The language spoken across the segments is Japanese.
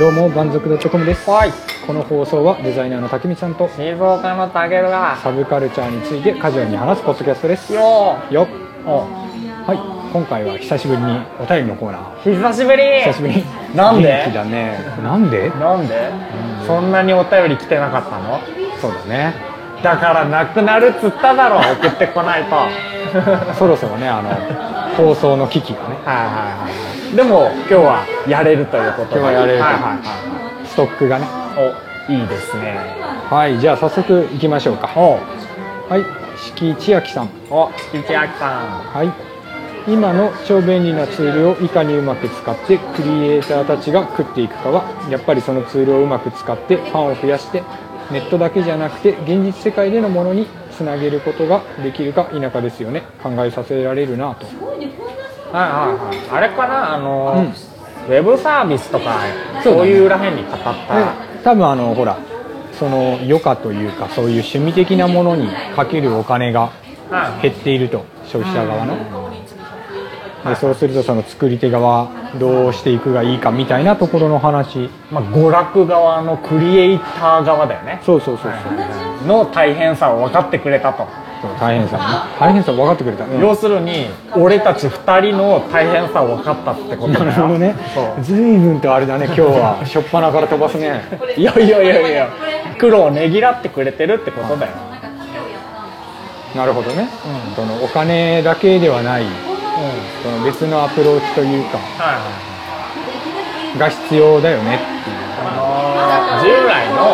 どうも満足.comです。 はい。 この放送はデザイナーの竹見さんと静岡のたけるがサブカルチャーについてカジュアルに話すポッドキャストですよよ。 おはい、今回は久しぶりにお便りのコーナー。 久しぶり久しぶり。 なんで元気だね。なんで？ なんでそんなにお便り来てなかったの？ そうだね。 だからなくなるっつっただろ送ってこないとそろそろね放送の危機がね。 はい。でも今日はやれるということで。 今日はやれるというはい。 ストックがね。 お、いいですね。 はい、じゃあ早速行きましょうか。はい、敷千秋さん。 敷地明さん。 はい。今の超便利なツールをいかにうまく使ってクリエイターたちが食っていくかはやっぱりそのツールをうまく使ってファンを増やしてネットだけじゃなくて現実世界でのものにつなげることができるか否かですよね。考えさせられるなと。 あれかなウェブサービスとかそういうらへんに語った多分ほらその余暇というかそういう趣味的なものにかけるお金が減っていると消費者側のでそうするとその作り手側どうしていくがいいかみたいなところの話、 娯楽側のクリエイター側だよね。 そうの大変さを分かってくれたと。 大変さ分かってくれた、 要するに俺たち2人の大変さを分かったってことだよ。 なるほどね。随分とあれだね今日は初っ端から飛ばすね。 いや苦労をねぎらってくれてるってことだよ。 なるほどね、そのお金だけではない、その別のアプローチというか、が必要だよねっていう。 従来の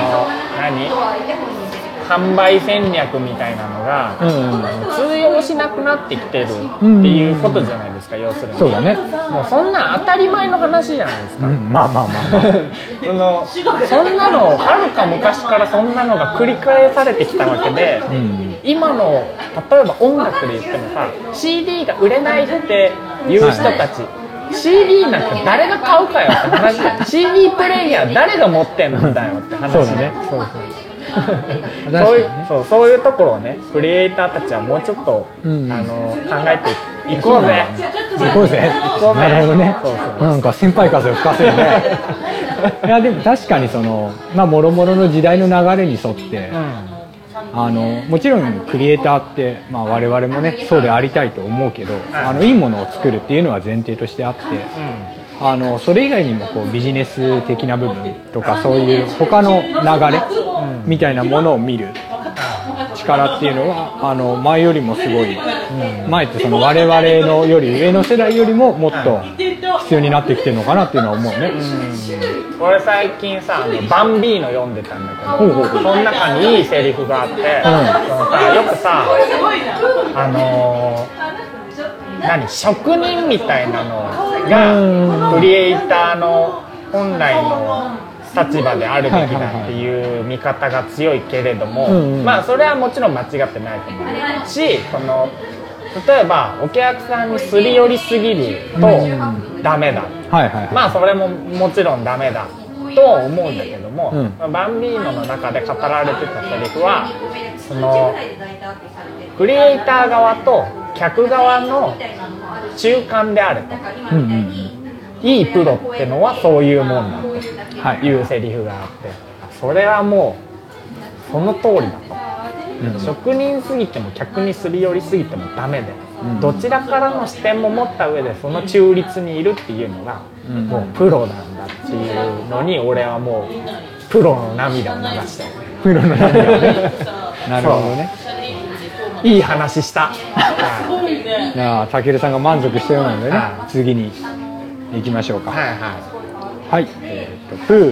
販売戦略みたいなのが、通用しなくなってきてるっていうことじゃないですか、要するに。 そうだね。 もうそんな当たり前の話じゃないですか。そんなのはるか昔からそんなのが繰り返されてきたわけで、今の例えば音楽で言ってもさ CD が売れないっていう人たち、CD なんて誰が買うかよって話だよ。CD プレイヤー誰が持ってんのだよって話。 そうだね。 そういうところをねクリエイターたちはもうちょっと、考えていこうぜ。 なるほどね。なんか先輩風を吹かせるね。いやでも確かにそのもろもろの時代の流れに沿って、もちろんクリエイターって、我々もねそうでありたいと思うけど、いいものを作るっていうのは前提としてあって、それ以外にもこうビジネス的な部分とかそういう他の流れみたいなものを見る力っていうのは前よりもすごい、前ってその我々のより上の世代よりももっと必要になってきてるのかなっていうのは思うね。 俺最近さバンビーノ読んでたんだけど、その中にいいセリフがあって、よくさ職人みたいなのがクリエイターの本来の立場であるべきだっていう見方が強いけれども、それはもちろん間違ってないと思うし、例えばお客さんにすり寄りすぎるとダメだ、それももちろんダメだと思うんだけども、バンビーノの中で語られてたセリフはそのクリエイター側と客側の中間であると、いいプロってのはそういうもんだというセリフがあって、それはもうその通りだと、職人すぎても客にすり寄りすぎてもダメで、どちらからの視点も持った上でその中立にいるっていうのが、もうプロなんだっていうのに俺はもうプロの涙を流したよね。 プロの涙をね。なるほどね。 いい話した。 たけるさんが満足したようなのでね、次に行きましょうか。はい、プ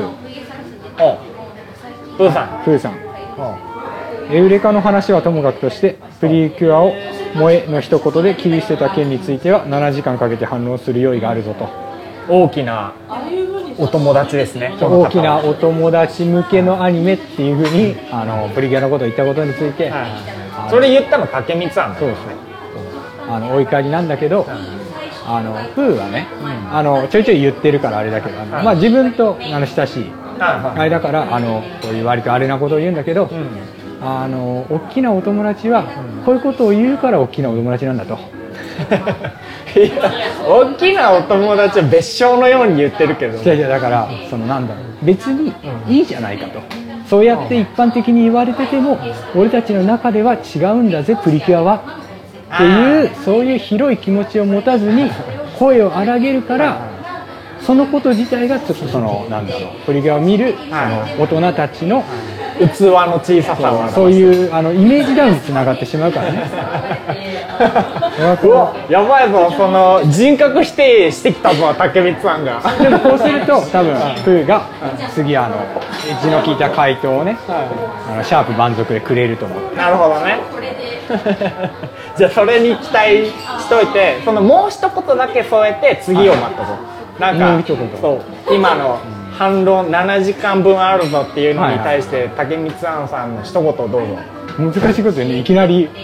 ーさん。エウレカの話はともかくとしてプリキュアを萌えの一言で切り捨てた件については7時間かけて反応する用意があるぞと。 大きなお友達ですね。 大きなお友達向けのアニメっていうふうにプリキュアのことを言ったことについて、 それ言ったの竹光さんだ。 そうですね。お怒りなんだけど、プーはね、ちょいちょい言ってるからあれだけど、自分と親しいあれだからこういう割とあれなことを言うんだけど、大きなお友達はこういうことを言うから大きなお友達なんだと。 いや大きなお友達は別称のように言ってるけど、 いやだからそのなんだろう、別にいいじゃないかと、そうやって一般的に言われてても俺たちの中では違うんだぜプリキュアはっていう、そういう広い気持ちを持たずに声を荒げるから、そのこと自体がちょっとそのなんだろう、プリキュアを見るその大人たちの器の小ささをそういうイメージダウンにつながってしまうからね。 うわやばいぞ、その人格否定してきたぞ竹光さんが。 でもこうすると多分プーが次エッジの効いた回答をね、シャープ満足でくれると思う。 なるほどね。じゃあそれに期待しといて、そのもう一言だけ添えて次を待っとこう。なんかそう今の反論7時間分あるぞっていうのに対して竹光庵さんの一言をどうぞ。 難しいことよね、いきなり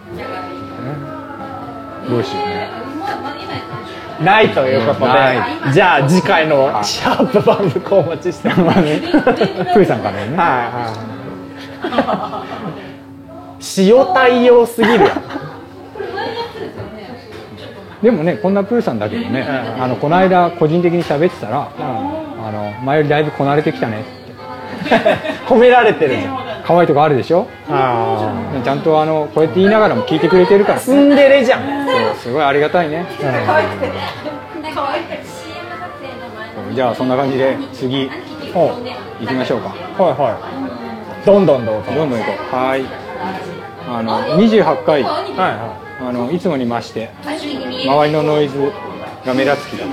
どうしようね。 ないということで、じゃあ次回のシャープ満足をお待ちしてます。 プーさんからね。 はいはい。塩対応すぎるやん。 でもね、こんなプーさんだけどね、この間個人的に喋ってたら、前よりだいぶこなれてきたねって褒められてるじゃん。 可愛いとこあるでしょ。ちゃんとこうやって言いながらも聞いてくれてるから、 ツンデレじゃん。 そうすごいありがたいね。じゃあそんな感じで次行きましょうか。 はいはい。どんどんどうぞ。 どんどん行こう。はい。28回、 はいつもに増して周りのノイズが目立つ気だ。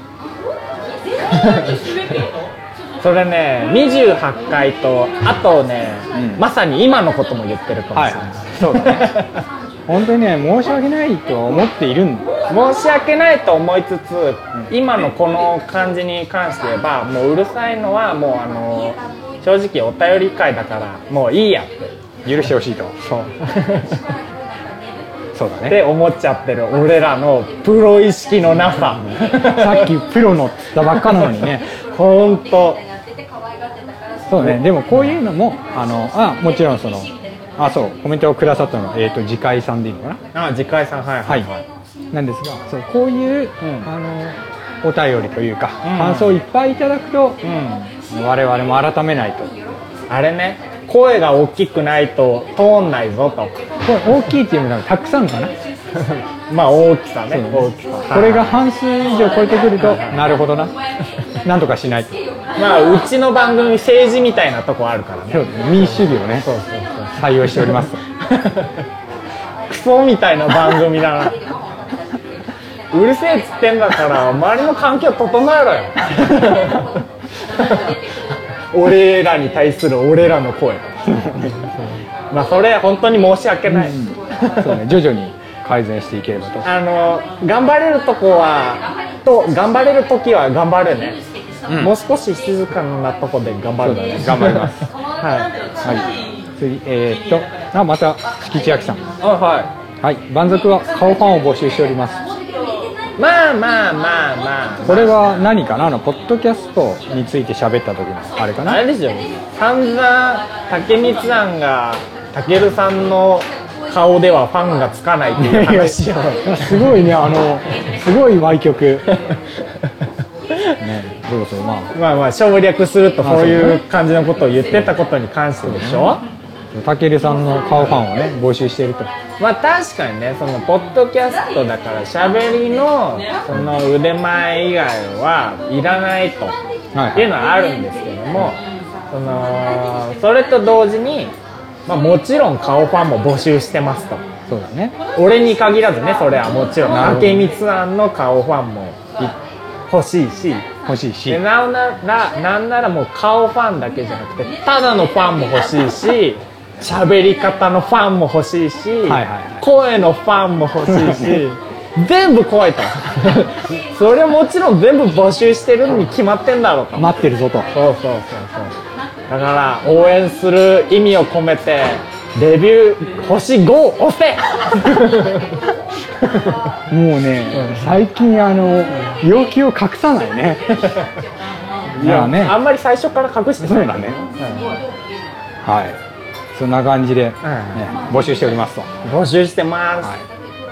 それね、28回とあとね、まさに今のことも言ってるかもしれない。 そうだね。本当にね、申し訳ないと思っているんだ。 申し訳ないと思いつつ、今のこの感じに関して言えば、もううるさいのはもう正直お便り会だからもういいやって許してほしいと。 そうそうだね。 って思っちゃってる俺らのプロ意識のなさ。 さっきプロのってばっかなのにね。 本当。 そうね。でもこういうのももちろんそうコメントをくださったのは次回さんでいいのかな。 次回さん、はいはい、 なんですが、そうこういう、お便りというか、感想をいっぱいいただくと、我々も改めないと。 あれね、声が大きくないと通んないぞと。 これ大きいっていうのはたくさんかな。 まあ大きさね。大きさ。 これが半数以上超えてくると、なるほどな。なんとかしないと。 まあうちの番組政治みたいなとこあるからね。 そうですね。民主主義をね、採用しております。 クソみたいな番組だな。うるせえっつってんだから周りの環境整えろよ。俺らに対する俺らの声。まあそれ本当に申し訳ない。 そうね、徐々に改善していければと。 頑張れるとこは頑張れる時は頑張るね。もう少し静かなとこで頑張るね。 頑張ります。 はい。 次また敷地焼さん。 はい。 蛮族は顔ファンを募集しております。 まあこれは何かな、ポッドキャストについて喋った時のあれかな。 あれですよ。散々竹光庵がたけるさんの顔ではファンがつかないっていう話を。 すごいね、すごい歪曲。ね、どうぞ。 まあ省略するとそういう感じのことを言ってたことに関してでしょ。 たけるさんの顔ファンをね募集していると。 まあ確かにね、そのポッドキャストだから喋りのその腕前以外はいらないというのはあるんですけども、それと同時に、もちろん顔ファンも募集してますと。 そうだね。 俺に限らずね、それはもちろん竹光庵の顔ファンも欲しいし、なんならもう顔ファンだけじゃなくてただのファンも欲しいし、喋り方のファンも欲しいし、声のファンも欲しいし、全部来いと。それはもちろん全部募集してるに決まってんだろうと。 待ってるぞと。 そうだから応援する意味を込めてレビュー星5押せ。 もうね、最近要求を隠さないね。 いやね、あんまり最初から隠してない。 そうだね。はい。そんな感じで募集しておりますと。 募集してます。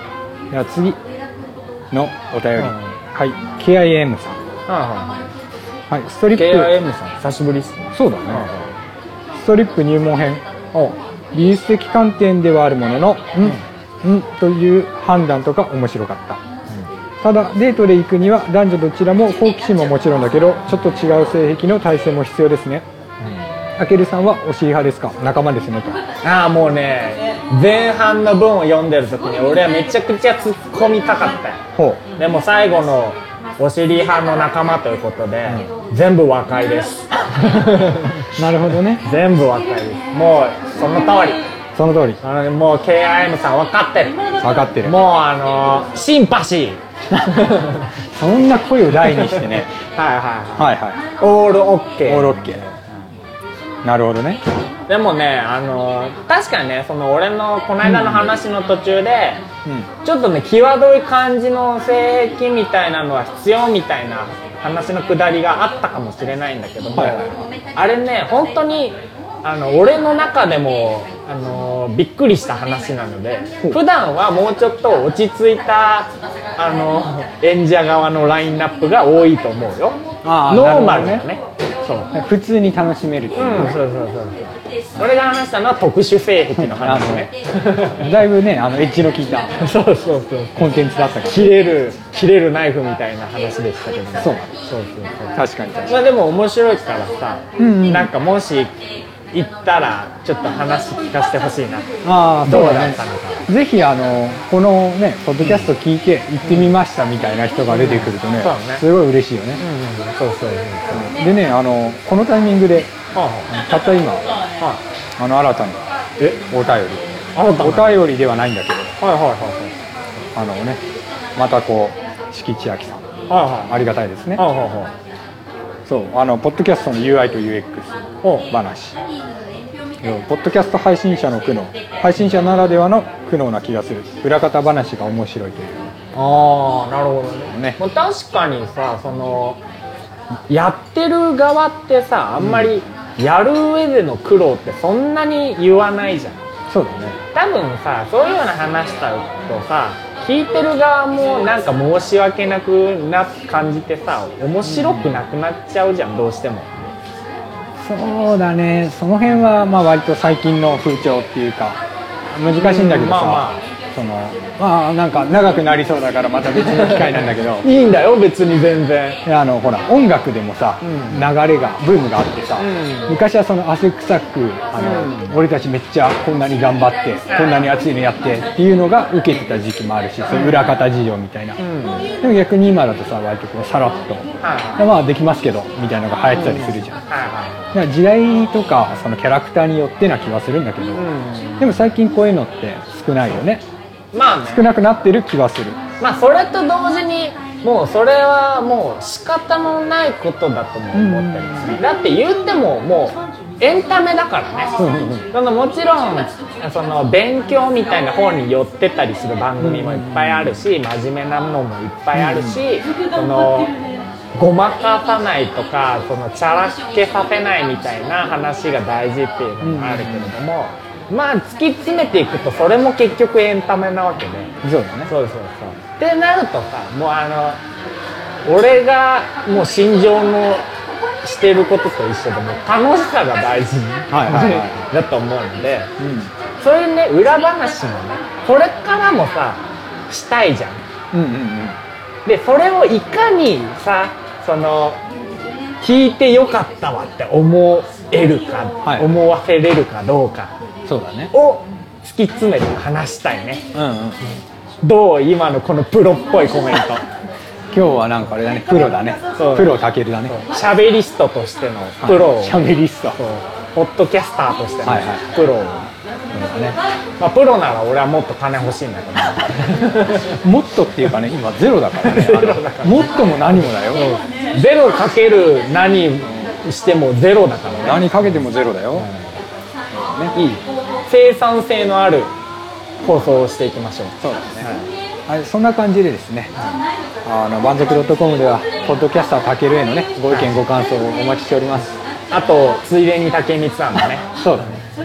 では次のお便り、はい、KIM さん、はい、ストリップ KIM さん久しぶりっすね。 そうだね、ストリップ入門編、美術的観点ではあるもののという判断とか面白かった、ただデートで行くには男女どちらも好奇心ももちろんだけどちょっと違う性癖の体制も必要ですね。たけるさんはお尻派ですか、仲間ですねと。 ああもうね前半の文を読んでる時に俺はめちゃくちゃ突っ込みたかったよ。 ほうでも最後のお尻派の仲間ということで、全部和解ですなるほどね、 全部和解です。もうその通り、 その通り、 もう KIM さん分かってる、 分かってる、 もうシンパシーそんな声を大にしてねはいはいはい、 オールオッケー、 オールオッケー、なるほどね。 でもね確かにねその俺のこの間の話の途中で、ちょっとね際どい感じの性癖みたいなのは必要みたいな話のくだりがあったかもしれないんだけども、あれね本当に俺の中でもびっくりした話なので、普段はもうちょっと落ち着いた演者側のラインナップが多いと思うよ。ノーマルだね。 そう普通に楽しめるっていう、 そう俺が話したのは特殊性癖の話ねだいぶねエッジの効いたそうコンテンツだったから、 切れるナイフみたいな話でしたけどね。そう確かにまあでも面白いからさ、なんかもし行ったらちょっと話聞かせてほしいな。どうだったのか。 ぜひこのねポッドキャスト聞いて行ってみましたみたいな人が出てくるとね、すごい嬉しいよね。でねこのタイミングでたった今新たにお便りではないんだけど、ねまたこう敷地明さん、ありがたいですね。そうポッドキャストの UI と UX 話、ポッドキャスト配信者の苦悩、配信者ならではの苦悩な気がする、裏方話が面白いという。 なるほどね。もう確かにさやってる側ってさあんまりやる上での苦労ってそんなに言わないじゃん。 そうだね。 多分さそういうような話したとさ聞いてる側もなんか申し訳なくな感じてさ面白くなくなっちゃうじゃん、どうしても。 そうだね、その辺は割と最近の風潮っていうか難しいんだけどさ、なんか長くなりそうだからまた別の機会なんだけどいいんだよ別に全然。 ほら音楽でもさ、流れがブームがあってさ、昔はその汗臭く俺たちめっちゃこんなに頑張ってこんなに熱いのやってっていうのが受けてた時期もあるし、そういう裏方事情みたいな、でも逆に今だとさ割とこうさらっと、できますけどみたいなのが流行ってたりするじゃん。だから時代とかそのキャラクターによってな気はするんだけど、でも最近こういうのって少ないよね。少なくなってる気はする。 それと同時にもうそれはもう仕方のないことだとも思ったりする。だって言ってももうエンタメだからね。もちろんその勉強みたいな方に寄ってたりする番組もいっぱいあるし、真面目なのもいっぱいあるし、ごまかさないとかチャラけさせないみたいな話が大事っていうのもあるけれども、突き詰めていくとそれも結局エンタメなわけで。 そうだね。 ってなるとさ、もう俺がもう心情のしてることと一緒でも楽しさが大事だと思うので、そういうね裏話もねこれからもさしたいじゃん。でそれをいかにさ聞いてよかったわって思えるか、思わせれるかどうかを突き詰めて話したいね。どう今のこのプロっぽいコメント今日はなんかあれだね、プロだね。プロたけるだね。 喋リストとしてのプロを、 喋リスト、 ポッドキャスターとしてのプロを、プロなら俺はもっと金欲しいんだけどもっとっていうかね、今ゼロだからね。もっとも何もだよ。 ゼロかける何してもゼロだからね。 何かけてもゼロだよ。 いい生産性のある放送をしていきましょう。 そうですね。はい、そんな感じでですね、満足.com ではポッドキャスターたけるへのねご意見ご感想をお待ちしております。 あとついでに竹光さんのねそうだね、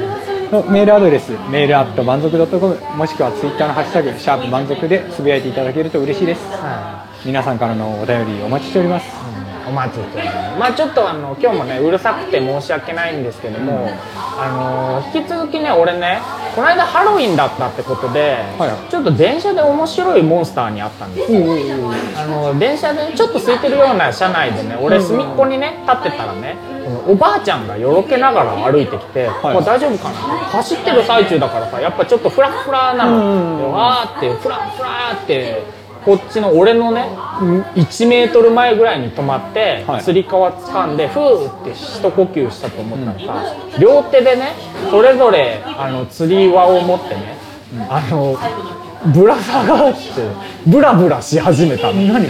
のメールアドレス、メール満足.com、もしくはツイッターのハッシュタグ、#満足でつぶやいていただけると嬉しいです。皆さんからのお便りお待ちしております。 お待ちしております。まあちょっと今日もねうるさくて申し訳ないんですけども、引き続きね俺ねこの間ハロウィンだったってことで、ちょっと電車で面白いモンスターに会ったんですよ。電車でちょっと空いてるような車内でね俺隅っこにね立ってたらねおばあちゃんがよろけながら歩いてきて、大丈夫かな、走ってる最中だからさやっぱちょっとフラフラなの、わーってフラフラってこっちの俺のね1メートル前ぐらいに止まって、つり革掴んでふーって一呼吸したと思ったらさ、両手でねそれぞれ釣り輪を持ってね、ぶら下がってブラブラし始めたの。何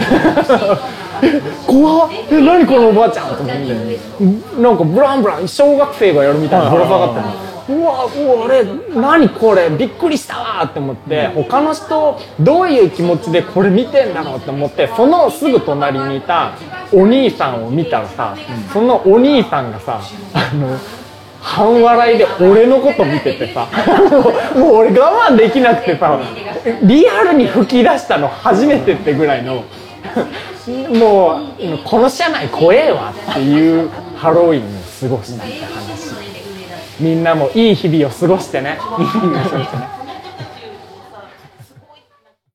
怖っ、何このおばあちゃんと思って、なんかブランブラン小学生がやるみたいなぶら下がってるの。うわ俺何これびっくりしたわって思って、他の人どういう気持ちでこれ見てんだろうって思って、そのすぐ隣にいたお兄さんを見たらさ、そのお兄さんがさ半笑いで俺のこと見ててさもう俺我慢できなくてさ、リアルに吹き出したの初めてってぐらいのもうこの車内怖えわっていうハロウィンを過ごしたって話。みんなもいい日々を過ごしてね。